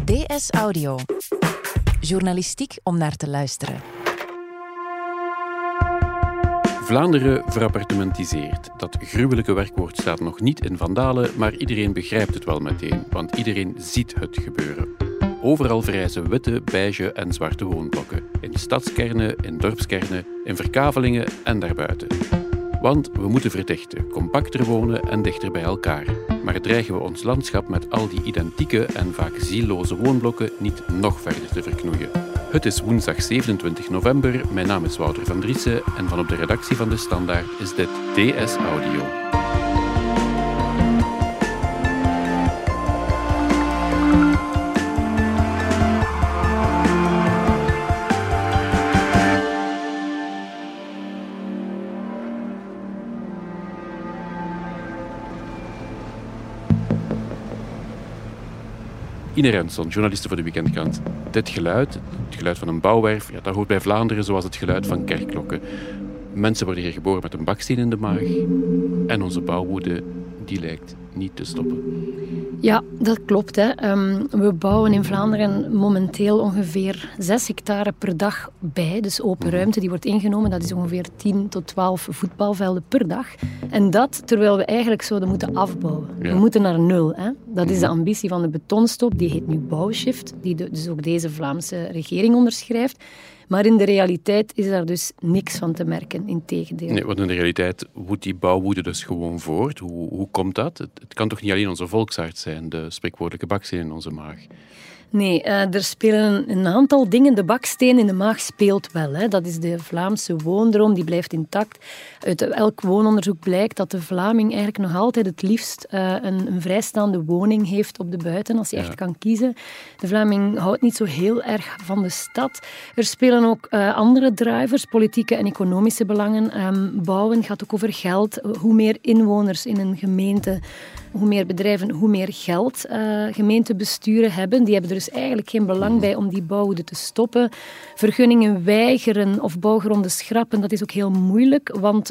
DS Audio. Journalistiek om naar te luisteren. Vlaanderen verappartementiseert. Dat gruwelijke werkwoord staat nog niet in Vandalen, maar iedereen begrijpt het wel meteen, want iedereen ziet het gebeuren. Overal verrijzen witte, beige en zwarte woonblokken. In stadskernen, in dorpskernen, in verkavelingen en daarbuiten. Want we moeten verdichten, compacter wonen en dichter bij elkaar. Maar dreigen we ons landschap met al die identieke en vaak zieloze woonblokken niet nog verder te verknoeien. Het is woensdag 27 november, mijn naam is Wouter van Driessen en van op de redactie van De Standaard is dit DS Audio. Ine Renson, journaliste voor de Weekendkrant. Dit geluid, het geluid van een bouwwerf, dat hoort bij Vlaanderen zoals het geluid van kerkklokken. Mensen worden hier geboren met een baksteen in de maag. En onze bouwwoede, die lijkt niet te stoppen. Ja, dat klopt. Hè. We bouwen in Vlaanderen momenteel ongeveer 6 hectare per dag bij. Dus open ruimte die wordt ingenomen. Dat is ongeveer 10 tot 12 voetbalvelden per dag. En dat terwijl we eigenlijk zouden moeten afbouwen. Ja. We moeten naar 0. Hè. Dat is de ambitie van de betonstop. Die heet nu Bouwshift. Die dus ook deze Vlaamse regering onderschrijft. Maar in de realiteit is daar dus niks van te merken, integendeel. Nee, want in de realiteit woedt die bouwwoede dus gewoon voort. Hoe komt dat? Het kan toch niet alleen onze volksarts zijn, de spreekwoordelijke baksteen in onze maag? Nee, er spelen een aantal dingen. De baksteen in de maag speelt wel. Hè. Dat is de Vlaamse woondroom, die blijft intact. Uit elk woononderzoek blijkt dat de Vlaming eigenlijk nog altijd het liefst een vrijstaande woning heeft op de buiten, als hij echt kan kiezen. De Vlaming houdt niet zo heel erg van de stad. Er spelen ook andere drivers, politieke en economische belangen. Bouwen gaat ook over geld. Hoe meer inwoners in een gemeente, hoe meer bedrijven, hoe meer geld gemeentebesturen hebben. Die hebben er dus eigenlijk geen belang bij om die bouwwoede te stoppen. Vergunningen weigeren of bouwgronden schrappen, dat is ook heel moeilijk, want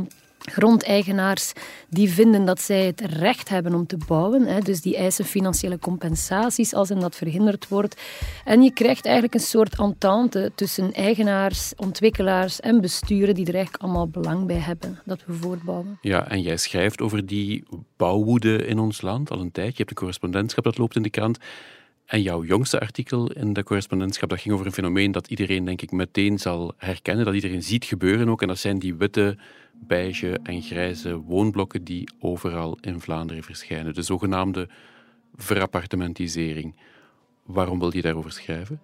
grondeigenaars die vinden dat zij het recht hebben om te bouwen. Hè. Dus die eisen financiële compensaties als hen dat verhinderd wordt. En je krijgt eigenlijk een soort entente tussen eigenaars, ontwikkelaars en besturen die er eigenlijk allemaal belang bij hebben dat we voortbouwen. Ja, en jij schrijft over die bouwwoede in ons land al een tijdje. Je hebt een correspondentschap dat loopt in de krant. En jouw jongste artikel in dat correspondentschap, dat ging over een fenomeen dat iedereen, denk ik, meteen zal herkennen, dat iedereen ziet gebeuren ook. En dat zijn die witte, beige en grijze woonblokken die overal in Vlaanderen verschijnen. De zogenaamde verappartementisering. Waarom wil je daarover schrijven?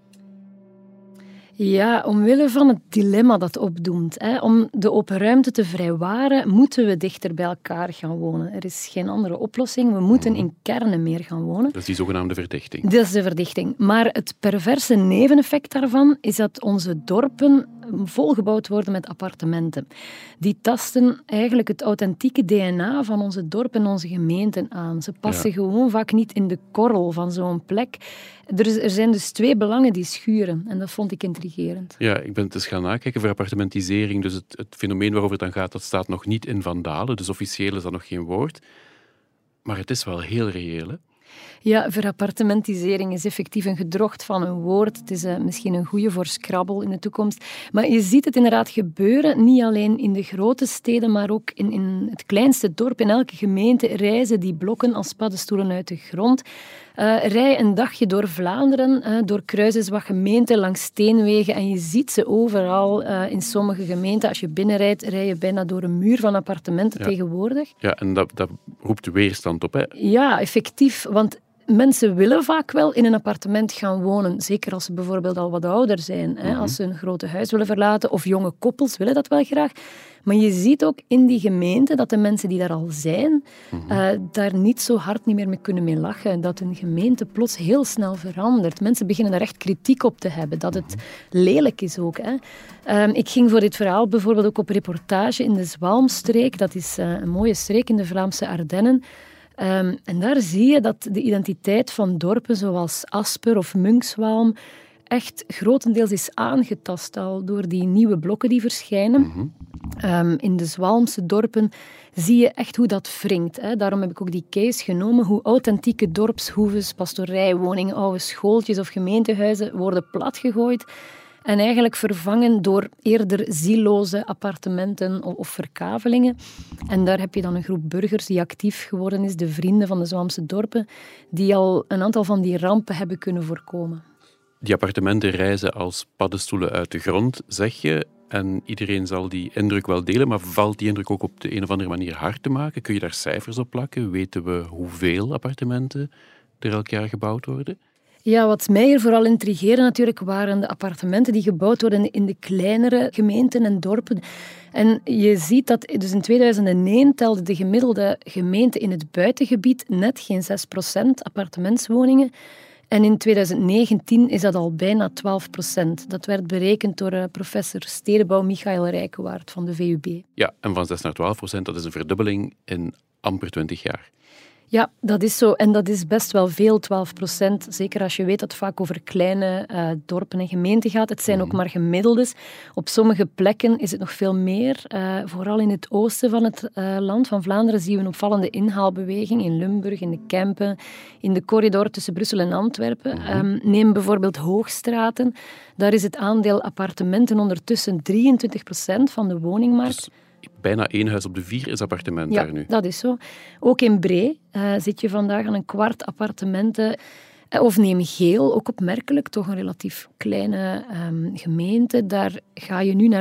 Ja, omwille van het dilemma dat opdoemt. Hè. Om de open ruimte te vrijwaren, moeten we dichter bij elkaar gaan wonen. Er is geen andere oplossing. We moeten in kernen meer gaan wonen. Dat is die zogenaamde verdichting. Dat is de verdichting. Maar het perverse neveneffect daarvan is dat onze dorpen volgebouwd worden met appartementen. Die tasten eigenlijk het authentieke DNA van onze dorpen en onze gemeenten aan. Ze passen gewoon vaak niet in de korrel van zo'n plek. Er zijn dus 2 belangen die schuren. En dat vond ik intrigerend. Ja, ik ben het eens gaan nakijken voor appartementisering. Dus het fenomeen waarover het dan gaat, dat staat nog niet in Vandalen. Dus officieel is dat nog geen woord. Maar het is wel heel reëel, hè? Ja, verappartementisering is effectief een gedrocht van een woord. Het is misschien een goeie voor Scrabble in de toekomst. Maar je ziet het inderdaad gebeuren, niet alleen in de grote steden, maar ook in het kleinste dorp. In elke gemeente rijzen die blokken als paddenstoelen uit de grond. Rij een dagje door Vlaanderen, door kruisens wat gemeenten, langs steenwegen en je ziet ze overal. In sommige gemeenten, als je binnenrijdt, rij je bijna door een muur van appartementen tegenwoordig. Ja, en dat roept weerstand op, hè? Ja, effectief, want mensen willen vaak wel in een appartement gaan wonen, zeker als ze bijvoorbeeld al wat ouder zijn. Hè? Als ze een grote huis willen verlaten, of jonge koppels willen dat wel graag. Maar je ziet ook in die gemeente dat de mensen die daar al zijn, daar niet zo hard niet meer mee kunnen mee lachen. Dat een gemeente plots heel snel verandert. Mensen beginnen daar echt kritiek op te hebben, dat het lelijk is ook. Hè? Ik ging voor dit verhaal bijvoorbeeld ook op reportage in de Zwalmstreek. Dat is een mooie streek in de Vlaamse Ardennen. En daar zie je dat de identiteit van dorpen zoals Asper of Munkswalm echt grotendeels is aangetast al door die nieuwe blokken die verschijnen. In de Zwalmse dorpen zie je echt hoe dat wringt. Hè. Daarom heb ik ook die case genomen, hoe authentieke dorpshoeves, pastorijwoningen, oude schooltjes of gemeentehuizen worden platgegooid en eigenlijk vervangen door eerder zieloze appartementen of verkavelingen. En daar heb je dan een groep burgers die actief geworden is, de Vrienden van de Zwamse Dorpen, die al een aantal van die rampen hebben kunnen voorkomen. Die appartementen rijzen als paddenstoelen uit de grond, zeg je. En iedereen zal die indruk wel delen, maar valt die indruk ook op de een of andere manier hard te maken? Kun je daar cijfers op plakken? Weten we hoeveel appartementen er elk jaar gebouwd worden? Ja, wat mij hier vooral intrigeerde natuurlijk waren de appartementen die gebouwd worden in de kleinere gemeenten en dorpen. En je ziet dat dus in 2001 telde de gemiddelde gemeente in het buitengebied net geen 6% appartementswoningen. En in 2019 is dat al bijna 12%. Dat werd berekend door professor stedenbouw Michael Rijkewaard van de VUB. Ja, en van 6 naar 12%, dat is een verdubbeling in amper 20 jaar. Ja, dat is zo. En dat is best wel veel, 12%. Zeker als je weet dat het vaak over kleine dorpen en gemeenten gaat. Het zijn ook maar gemiddeldes. Op sommige plekken is het nog veel meer. Vooral in het oosten van het land van Vlaanderen zien we een opvallende inhaalbeweging. In Limburg, in de Kempen, in de corridor tussen Brussel en Antwerpen. Neem bijvoorbeeld Hoogstraten. Daar is het aandeel appartementen ondertussen 23% van de woningmarkt. Dus bijna 1 huis op de 4 is appartement daar nu. Ja, dat is zo. Ook in Bree zit je vandaag aan een kwart appartementen. Of neem Geel, ook opmerkelijk, toch een relatief kleine gemeente. Daar ga je nu naar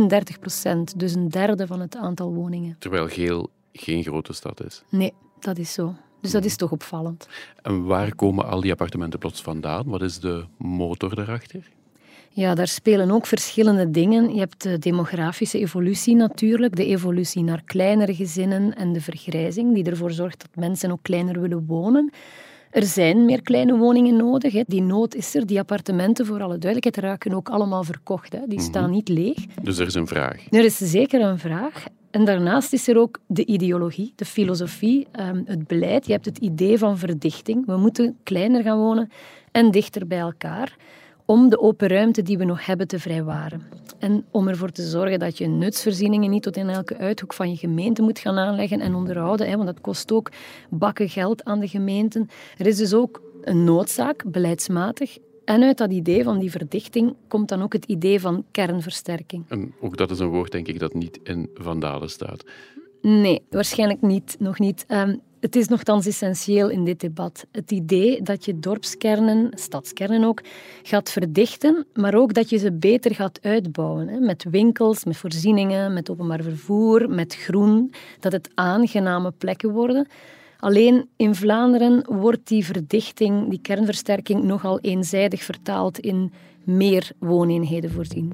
33%, dus een derde van het aantal woningen. Terwijl Geel geen grote stad is. Nee, dat is zo. Dus dat is toch opvallend. En waar komen al die appartementen plots vandaan? Wat is de motor daarachter? Ja, daar spelen ook verschillende dingen. Je hebt de demografische evolutie natuurlijk, de evolutie naar kleinere gezinnen en de vergrijzing die ervoor zorgt dat mensen ook kleiner willen wonen. Er zijn meer kleine woningen nodig. Hè. Die nood is er. Die appartementen, voor alle duidelijkheid, raken ook allemaal verkocht. Hè. Die staan niet leeg. Dus er is een vraag. Er is zeker een vraag. En daarnaast is er ook de ideologie, de filosofie, het beleid. Je hebt het idee van verdichting. We moeten kleiner gaan wonen en dichter bij elkaar, om de open ruimte die we nog hebben te vrijwaren. En om ervoor te zorgen dat je nutsvoorzieningen niet tot in elke uithoek van je gemeente moet gaan aanleggen en onderhouden, hè, want dat kost ook bakken geld aan de gemeenten. Er is dus ook een noodzaak, beleidsmatig. En uit dat idee van die verdichting komt dan ook het idee van kernversterking. En ook dat is een woord, denk ik, dat niet in Van Dalen staat. Nee, waarschijnlijk niet, nog niet. Het is nogthans essentieel in dit debat. Het idee dat je dorpskernen, stadskernen ook, gaat verdichten, maar ook dat je ze beter gaat uitbouwen. Hè, met winkels, met voorzieningen, met openbaar vervoer, met groen. Dat het aangename plekken worden. Alleen in Vlaanderen wordt die verdichting, die kernversterking, nogal eenzijdig vertaald in meer wooneenheden voorzien.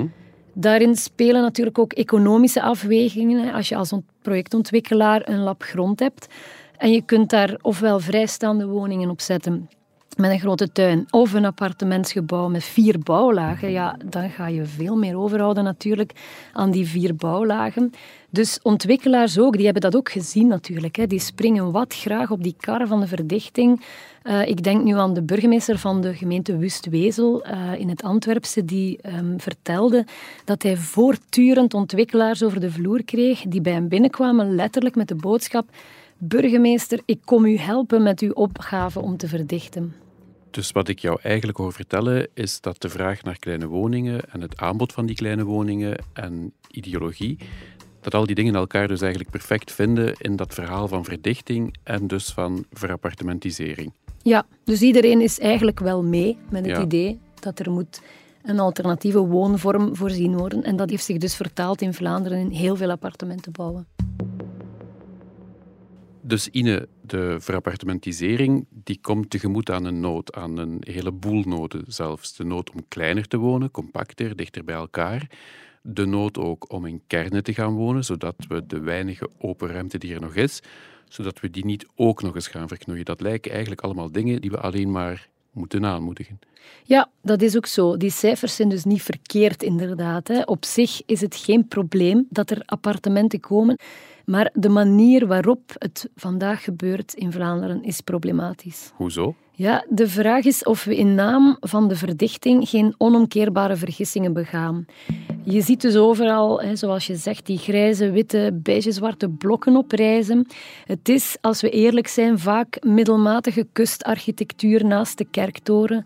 Daarin spelen natuurlijk ook economische afwegingen. Als je als projectontwikkelaar een lap grond hebt en je kunt daar ofwel vrijstaande woningen op zetten met een grote tuin of een appartementsgebouw met 4 bouwlagen, ja, dan ga je veel meer overhouden natuurlijk aan die 4 bouwlagen. Dus ontwikkelaars ook, die hebben dat ook gezien natuurlijk. Hè. Die springen wat graag op die kar van de verdichting. Ik denk nu aan de burgemeester van de gemeente Wustwezel in het Antwerpse, die vertelde dat hij voortdurend ontwikkelaars over de vloer kreeg die bij hem binnenkwamen, letterlijk met de boodschap: burgemeester, ik kom u helpen met uw opgave om te verdichten. Dus wat ik jou eigenlijk hoor vertellen, is dat de vraag naar kleine woningen en het aanbod van die kleine woningen en ideologie, dat al die dingen elkaar dus eigenlijk perfect vinden in dat verhaal van verdichting en dus van verappartementisering. Ja, dus iedereen is eigenlijk wel mee met het idee dat er moet een alternatieve woonvorm voorzien worden. En dat heeft zich dus vertaald in Vlaanderen in heel veel appartementen bouwen. Dus Ine, de verappartementisering die komt tegemoet aan een nood, aan een heleboel noden zelfs. De nood om kleiner te wonen, compacter, dichter bij elkaar. De nood ook om in kernen te gaan wonen, zodat we de weinige open ruimte die er nog is, zodat we die niet ook nog eens gaan verknoeien. Dat lijken eigenlijk allemaal dingen die we alleen maar moeten aanmoedigen. Ja, dat is ook zo. Die cijfers zijn dus niet verkeerd, inderdaad. Hè. Op zich is het geen probleem dat er appartementen komen, maar de manier waarop het vandaag gebeurt in Vlaanderen is problematisch. Hoezo? Ja, de vraag is of we in naam van de verdichting geen onomkeerbare vergissingen begaan. Je ziet dus overal, zoals je zegt, die grijze, witte, beige-zwarte blokken oprijzen. Het is, als we eerlijk zijn, vaak middelmatige kustarchitectuur naast de kerktoren.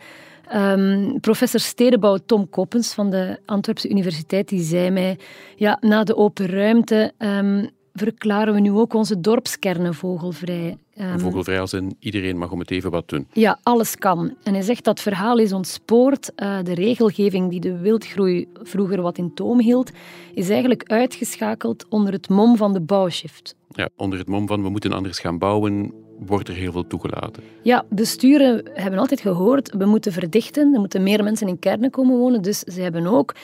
Professor stedenbouw Tom Koppens van de Antwerpse Universiteit die zei mij, ja, na de open ruimte verklaren we nu ook onze dorpskernen vogelvrij. Vogelvrij als in iedereen mag om het even wat doen. Ja, alles kan. En hij zegt dat verhaal is ontspoord. De regelgeving die de wildgroei vroeger wat in toom hield, is eigenlijk uitgeschakeld onder het mom van de bouwshift. Ja, onder het mom van we moeten anders gaan bouwen, wordt er heel veel toegelaten. Ja, besturen hebben altijd gehoord, we moeten verdichten, er moeten meer mensen in kernen komen wonen. Dus ze hebben ook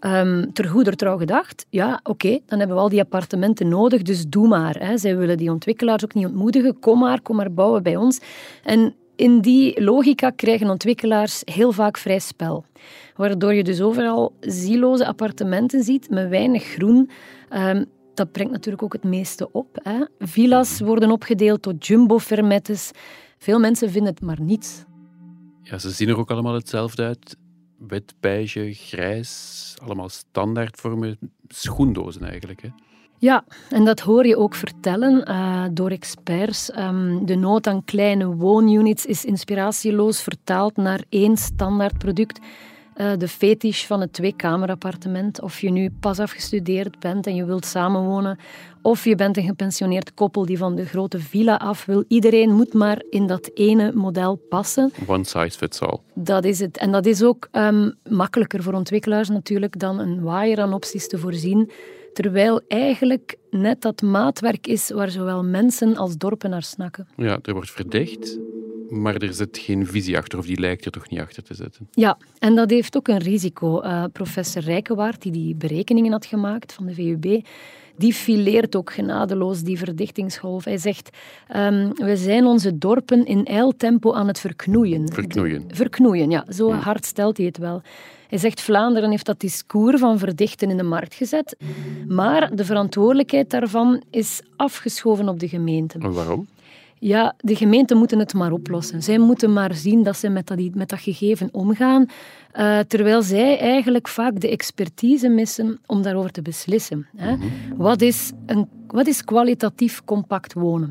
ter goeder trouw gedacht, ja, oké, dan hebben we al die appartementen nodig, dus doe maar. Hè. Zij willen die ontwikkelaars ook niet ontmoedigen, kom maar bouwen bij ons. En in die logica krijgen ontwikkelaars heel vaak vrij spel. Waardoor je dus overal zieloze appartementen ziet, met weinig groen. Dat brengt natuurlijk ook het meeste op. Hè. Villa's worden opgedeeld tot jumbo-fermettes. Veel mensen vinden het maar niets. Ja, ze zien er ook allemaal hetzelfde uit. Wit, beige, grijs, allemaal standaardvormen. Schoendozen eigenlijk, hè? Ja, en dat hoor je ook vertellen door experts. De nood aan kleine woonunits is inspiratieloos vertaald naar één standaard product. De fetish van het tweekamerappartement. Of je nu pas afgestudeerd bent en je wilt samenwonen. Of je bent een gepensioneerd koppel die van de grote villa af wil. Iedereen moet maar in dat ene model passen. One size fits all. Dat is het. En dat is ook makkelijker voor ontwikkelaars natuurlijk dan een waaier aan opties te voorzien. Terwijl eigenlijk net dat maatwerk is waar zowel mensen als dorpen naar snakken. Ja, er wordt verdicht, maar er zit geen visie achter, of die lijkt er toch niet achter te zitten. Ja, en dat heeft ook een risico. Professor Rijkewaard, die berekeningen had gemaakt van de VUB, die fileert ook genadeloos die verdichtingsgolf. Hij zegt, we zijn onze dorpen in ijltempo aan het verknoeien. Verknoeien, ja. Zo hard stelt hij het wel. Hij zegt, Vlaanderen heeft dat discours van verdichten in de markt gezet, maar de verantwoordelijkheid daarvan is afgeschoven op de gemeenten. En waarom? Ja, de gemeenten moeten het maar oplossen. Zij moeten maar zien dat ze met dat gegeven omgaan, terwijl zij eigenlijk vaak de expertise missen om daarover te beslissen. Hè. Wat is kwalitatief compact wonen?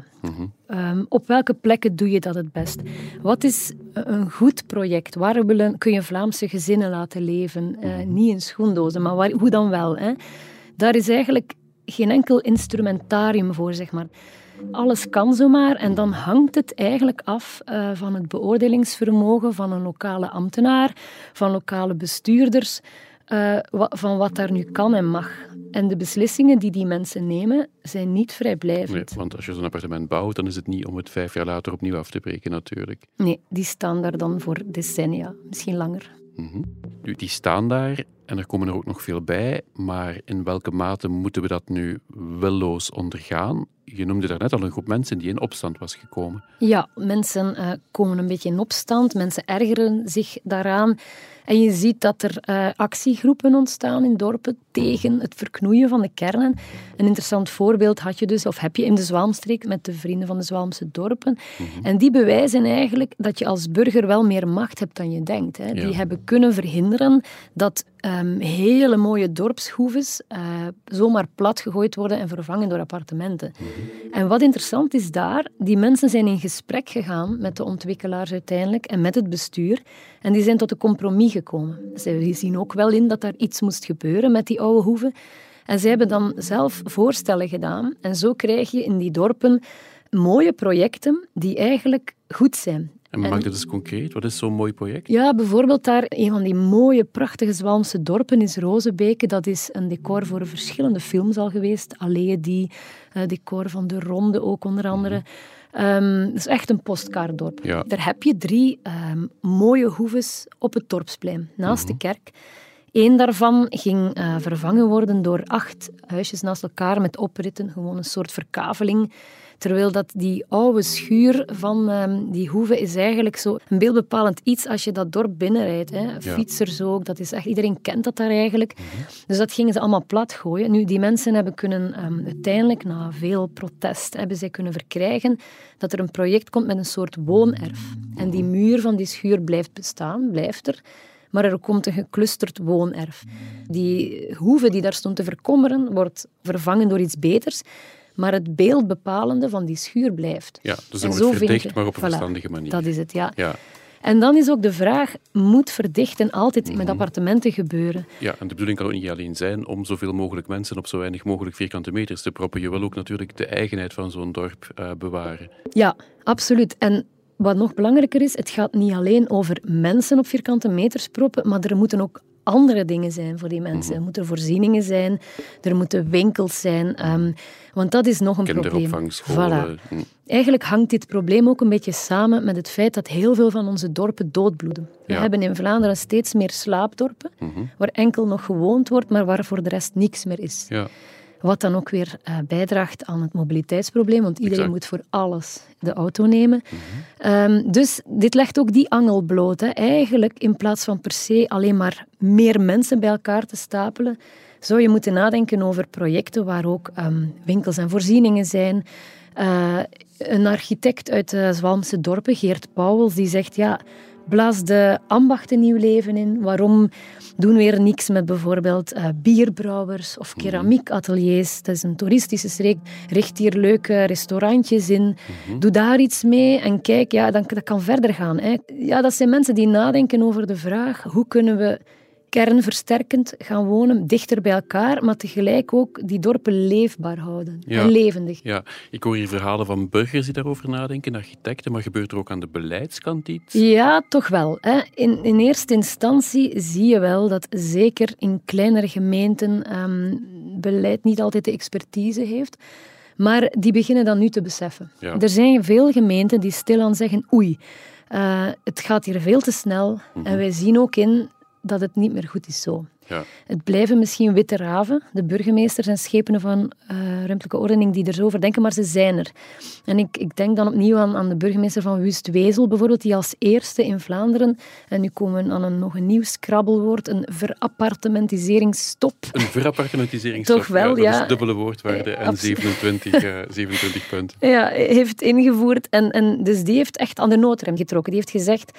Op welke plekken doe je dat het best? Wat is een goed project? Waar kun je Vlaamse gezinnen laten leven? Niet in schoendozen, maar hoe dan wel? Hè? Daar is eigenlijk geen enkel instrumentarium voor, zeg maar. Alles kan zomaar en dan hangt het eigenlijk af van het beoordelingsvermogen van een lokale ambtenaar, van lokale bestuurders, van wat daar nu kan en mag. En de beslissingen die mensen nemen, zijn niet vrijblijvend. Nee, want als je zo'n appartement bouwt, dan is het niet om het 5 jaar later opnieuw af te breken natuurlijk. Nee, die staan daar dan voor decennia, misschien langer. Nu, die staan daar en er komen er ook nog veel bij, maar in welke mate moeten we dat nu willoos ondergaan? Je noemde daarnet al een groep mensen die in opstand was gekomen. Ja, mensen komen een beetje in opstand, mensen ergeren zich daaraan. En je ziet dat er actiegroepen ontstaan in dorpen tegen het verknoeien van de kernen. Een interessant voorbeeld heb je in de Zwalmstreek met de Vrienden van de Zwalmse Dorpen. En die bewijzen eigenlijk dat je als burger wel meer macht hebt dan je denkt. Hè. Die hebben kunnen verhinderen dat hele mooie dorpshoeves zomaar plat gegooid worden en vervangen door appartementen. En wat interessant is daar, die mensen zijn in gesprek gegaan met de ontwikkelaars uiteindelijk en met het bestuur. En die zijn tot een compromis gekomen. Ze zien ook wel in dat daar iets moest gebeuren met die oude hoeven. En zij hebben dan zelf voorstellen gedaan. En zo krijg je in die dorpen mooie projecten die eigenlijk goed zijn. En maak dat eens concreet? Wat is zo'n mooi project? Ja, bijvoorbeeld daar een van die mooie, prachtige Zwalmse dorpen is Rozebeke. Dat is een decor voor verschillende films al geweest. Allee, decor van De Ronde ook onder andere. Het is echt een postkaartdorp. Ja. Daar heb je 3 mooie hoeves op het dorpsplein, naast de kerk. 1 daarvan ging vervangen worden door 8 huisjes naast elkaar met opritten, gewoon een soort verkaveling. Terwijl dat die oude schuur van die hoeve is eigenlijk zo een beeldbepalend iets als je dat dorp binnenrijdt. Hè. Ja. Fietsers ook, dat is echt, iedereen kent dat daar eigenlijk. Dus dat gingen ze allemaal plat gooien. Nu, die mensen hebben kunnen uiteindelijk, na veel protest, hebben zij kunnen verkrijgen dat er een project komt met een soort woonerf. En die muur van die schuur blijft bestaan, blijft er. maar er komt een geclusterd woonerf. Die hoeve die daar stond te verkommeren, wordt vervangen door iets beters, maar het beeldbepalende van die schuur blijft. Ja, dus er wordt verdicht, maar op een verstandige manier. Dat is het, ja. Ja. En dan is ook de vraag, moet verdichten altijd met appartementen gebeuren? Ja, en de bedoeling kan ook niet alleen zijn om zoveel mogelijk mensen op zo weinig mogelijk vierkante meters te proppen. Je wil ook natuurlijk de eigenheid van zo'n dorp bewaren. Ja, absoluut. En wat nog belangrijker is, het gaat niet alleen over mensen op vierkante meters proppen, maar er moeten ook andere dingen zijn voor die mensen. Er moeten voorzieningen zijn, er moeten winkels zijn, want dat is nog een probleem. Kinderopvang, scholen. Voilà. Eigenlijk hangt dit probleem ook een beetje samen met het feit dat heel veel van onze dorpen doodbloeden. We hebben in Vlaanderen steeds meer slaapdorpen, waar enkel nog gewoond wordt, maar waar voor de rest niks meer is. Ja. Wat dan ook weer bijdraagt aan het mobiliteitsprobleem, want iedereen moet voor alles de auto nemen. Dus dit legt ook die angel bloot. Hè. Eigenlijk, in plaats van per se alleen maar meer mensen bij elkaar te stapelen, zou je moeten nadenken over projecten waar ook winkels en voorzieningen zijn. Een architect uit de Zwalmse dorpen, Geert Pauwels, die zegt, ja, blaas de ambachten nieuw leven in. Waarom doen we er niks met bijvoorbeeld bierbrouwers of keramiekateliers? Dat is een toeristische streek. Richt hier leuke restaurantjes in. Doe daar iets mee en kijk, ja, dat kan verder gaan. Hè. Ja, dat zijn mensen die nadenken over de vraag, hoe kunnen we kernversterkend gaan wonen, dichter bij elkaar, maar tegelijk ook die dorpen leefbaar houden en levendig. Ja, ik hoor hier verhalen van burgers die daarover nadenken, architecten, maar gebeurt er ook aan de beleidskant iets? Ja, toch wel. Hè. In eerste instantie zie je wel dat zeker in kleinere gemeenten beleid niet altijd de expertise heeft. Maar die beginnen dat nu te beseffen. Ja. Er zijn veel gemeenten die stilaan zeggen, oei, het gaat hier veel te snel en wij zien ook in dat het niet meer goed is zo. Ja. Het blijven misschien witte raven, de burgemeesters en schepenen van ruimtelijke ordening die er zo over denken, maar ze zijn er. En ik denk dan opnieuw aan de burgemeester van Wustwezel bijvoorbeeld, die als eerste in Vlaanderen, en nu komen we aan nog een nieuw scrabbelwoord, een verappartementiseringsstop. Een verappartementiseringsstop, toch wel, ja. Dat is dubbele woordwaarde en 27 punten. Ja, heeft ingevoerd en dus die heeft echt aan de noodrem getrokken. Die heeft gezegd,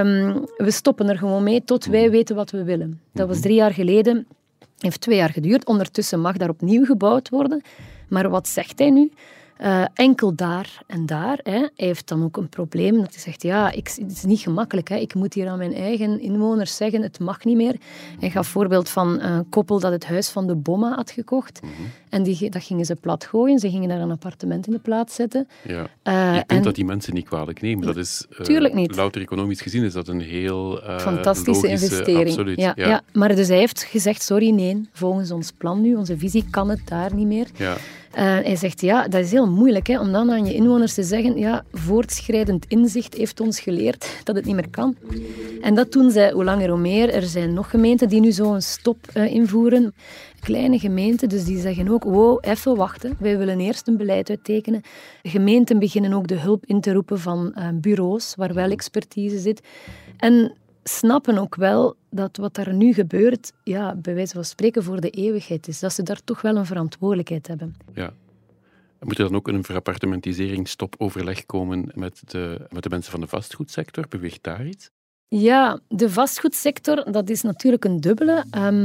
we stoppen er gewoon mee tot wij weten wat we willen. Dat was 3 jaar geleden, heeft 2 jaar geduurd. Ondertussen mag daar opnieuw gebouwd worden. Maar wat zegt hij nu? Enkel daar en daar. Hè. Hij heeft dan ook een probleem dat hij zegt, ja, het is niet gemakkelijk. Hè. Ik moet hier aan mijn eigen inwoners zeggen, het mag niet meer. Hij gaf voorbeeld van een koppel dat het huis van de Bomma had gekocht. En dat gingen ze plat gooien. Ze gingen daar een appartement in de plaats zetten. Ja. Je kunt dat die mensen niet kwalijk nemen. Dat is, tuurlijk niet. Louter economisch gezien is dat een heel fantastische investering. Absoluut. Ja. Maar dus hij heeft gezegd, sorry, nee, volgens ons plan nu, onze visie, kan het daar niet meer. Ja. Hij zegt, ja, dat is heel moeilijk, hè, om dan aan je inwoners te zeggen, ja, voortschrijdend inzicht heeft ons geleerd dat het niet meer kan. En dat doen zij hoe langer hoe meer. Er zijn nog gemeenten die nu zo een stop invoeren. Kleine gemeenten, dus die zeggen ook, wow, even wachten, wij willen eerst een beleid uittekenen. Gemeenten beginnen ook de hulp in te roepen van bureaus, waar wel expertise zit. En snappen ook wel dat wat daar nu gebeurt, ja, bij wijze van spreken voor de eeuwigheid is. Dat ze daar toch wel een verantwoordelijkheid hebben. Ja. Moet er dan ook een verappartementiseringsstop overleg komen met de mensen van de vastgoedsector? Beweegt daar iets? Ja, de vastgoedsector, dat is natuurlijk een dubbele.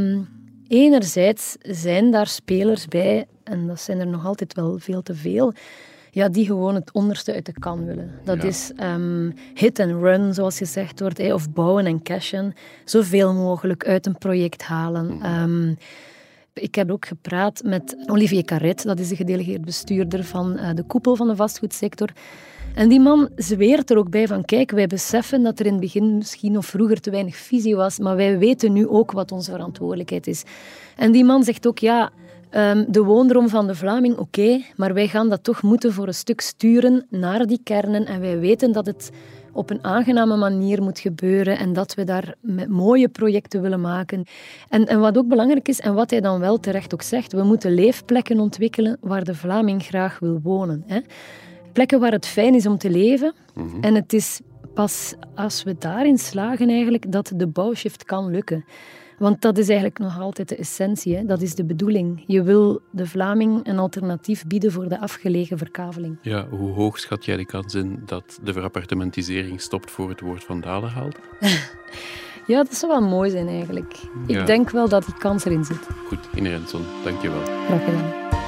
Enerzijds zijn daar spelers bij, en dat zijn er nog altijd wel veel te veel, ja, die gewoon het onderste uit de kan willen. Dat is hit and run, zoals gezegd wordt, of bouwen en cashen. Zoveel mogelijk uit een project halen. Ik heb ook gepraat met Olivier Carret, dat is de gedelegeerd bestuurder van de koepel van de vastgoedsector. En die man zweert er ook bij van, kijk, wij beseffen dat er in het begin misschien of vroeger te weinig visie was, maar wij weten nu ook wat onze verantwoordelijkheid is. En die man zegt ook, ja, de woondroom van de Vlaming, oké, maar wij gaan dat toch moeten voor een stuk sturen naar die kernen en wij weten dat het op een aangename manier moet gebeuren en dat we daar met mooie projecten willen maken. En wat ook belangrijk is, en wat hij dan wel terecht ook zegt, we moeten leefplekken ontwikkelen waar de Vlaming graag wil wonen. Hè. Plekken waar het fijn is om te leven. En het is pas als we daarin slagen eigenlijk dat de bouwshift kan lukken. Want dat is eigenlijk nog altijd de essentie. Hè? Dat is de bedoeling. Je wil de Vlaming een alternatief bieden voor de afgelegen verkaveling. Ja, hoe hoog schat jij de kans in dat de verappartementisering stopt voor het woord van Dalen haalt? Ja, dat zou wel mooi zijn eigenlijk. Ja. Ik denk wel dat die kans erin zit. Goed, Ine Renson, dankjewel. Graag gedaan.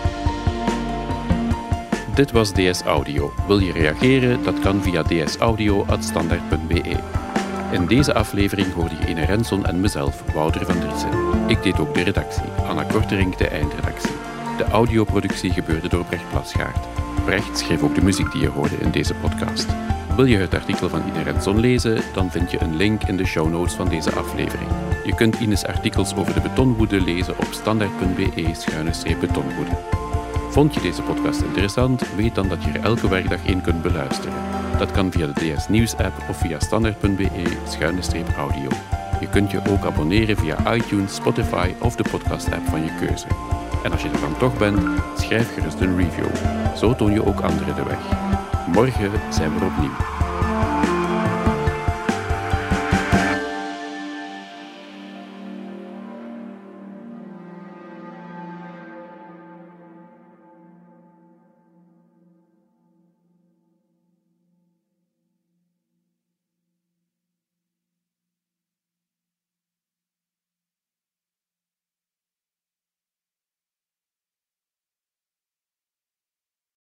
Dit was DS Audio. Wil je reageren? Dat kan via dsaudio@standaard.be. In deze aflevering hoorde je Ine Renson en mezelf, Wouter van Driessen. Ik deed ook de redactie, Anna Korterink de eindredactie. De audioproductie gebeurde door Brecht Plasgaard. Brecht schreef ook de muziek die je hoorde in deze podcast. Wil je het artikel van Ine Renson lezen? Dan vind je een link in de show notes van deze aflevering. Je kunt Ines artikels over de betonwoede lezen op standaard.be/betonwoede. Vond je deze podcast interessant? Weet dan dat je er elke werkdag één kunt beluisteren. Dat kan via de DS Nieuws app of via standaard.be/audio. Je kunt je ook abonneren via iTunes, Spotify of de podcast app van je keuze. En als je er dan toch bent, schrijf gerust een review. Zo toon je ook anderen de weg. Morgen zijn we er opnieuw.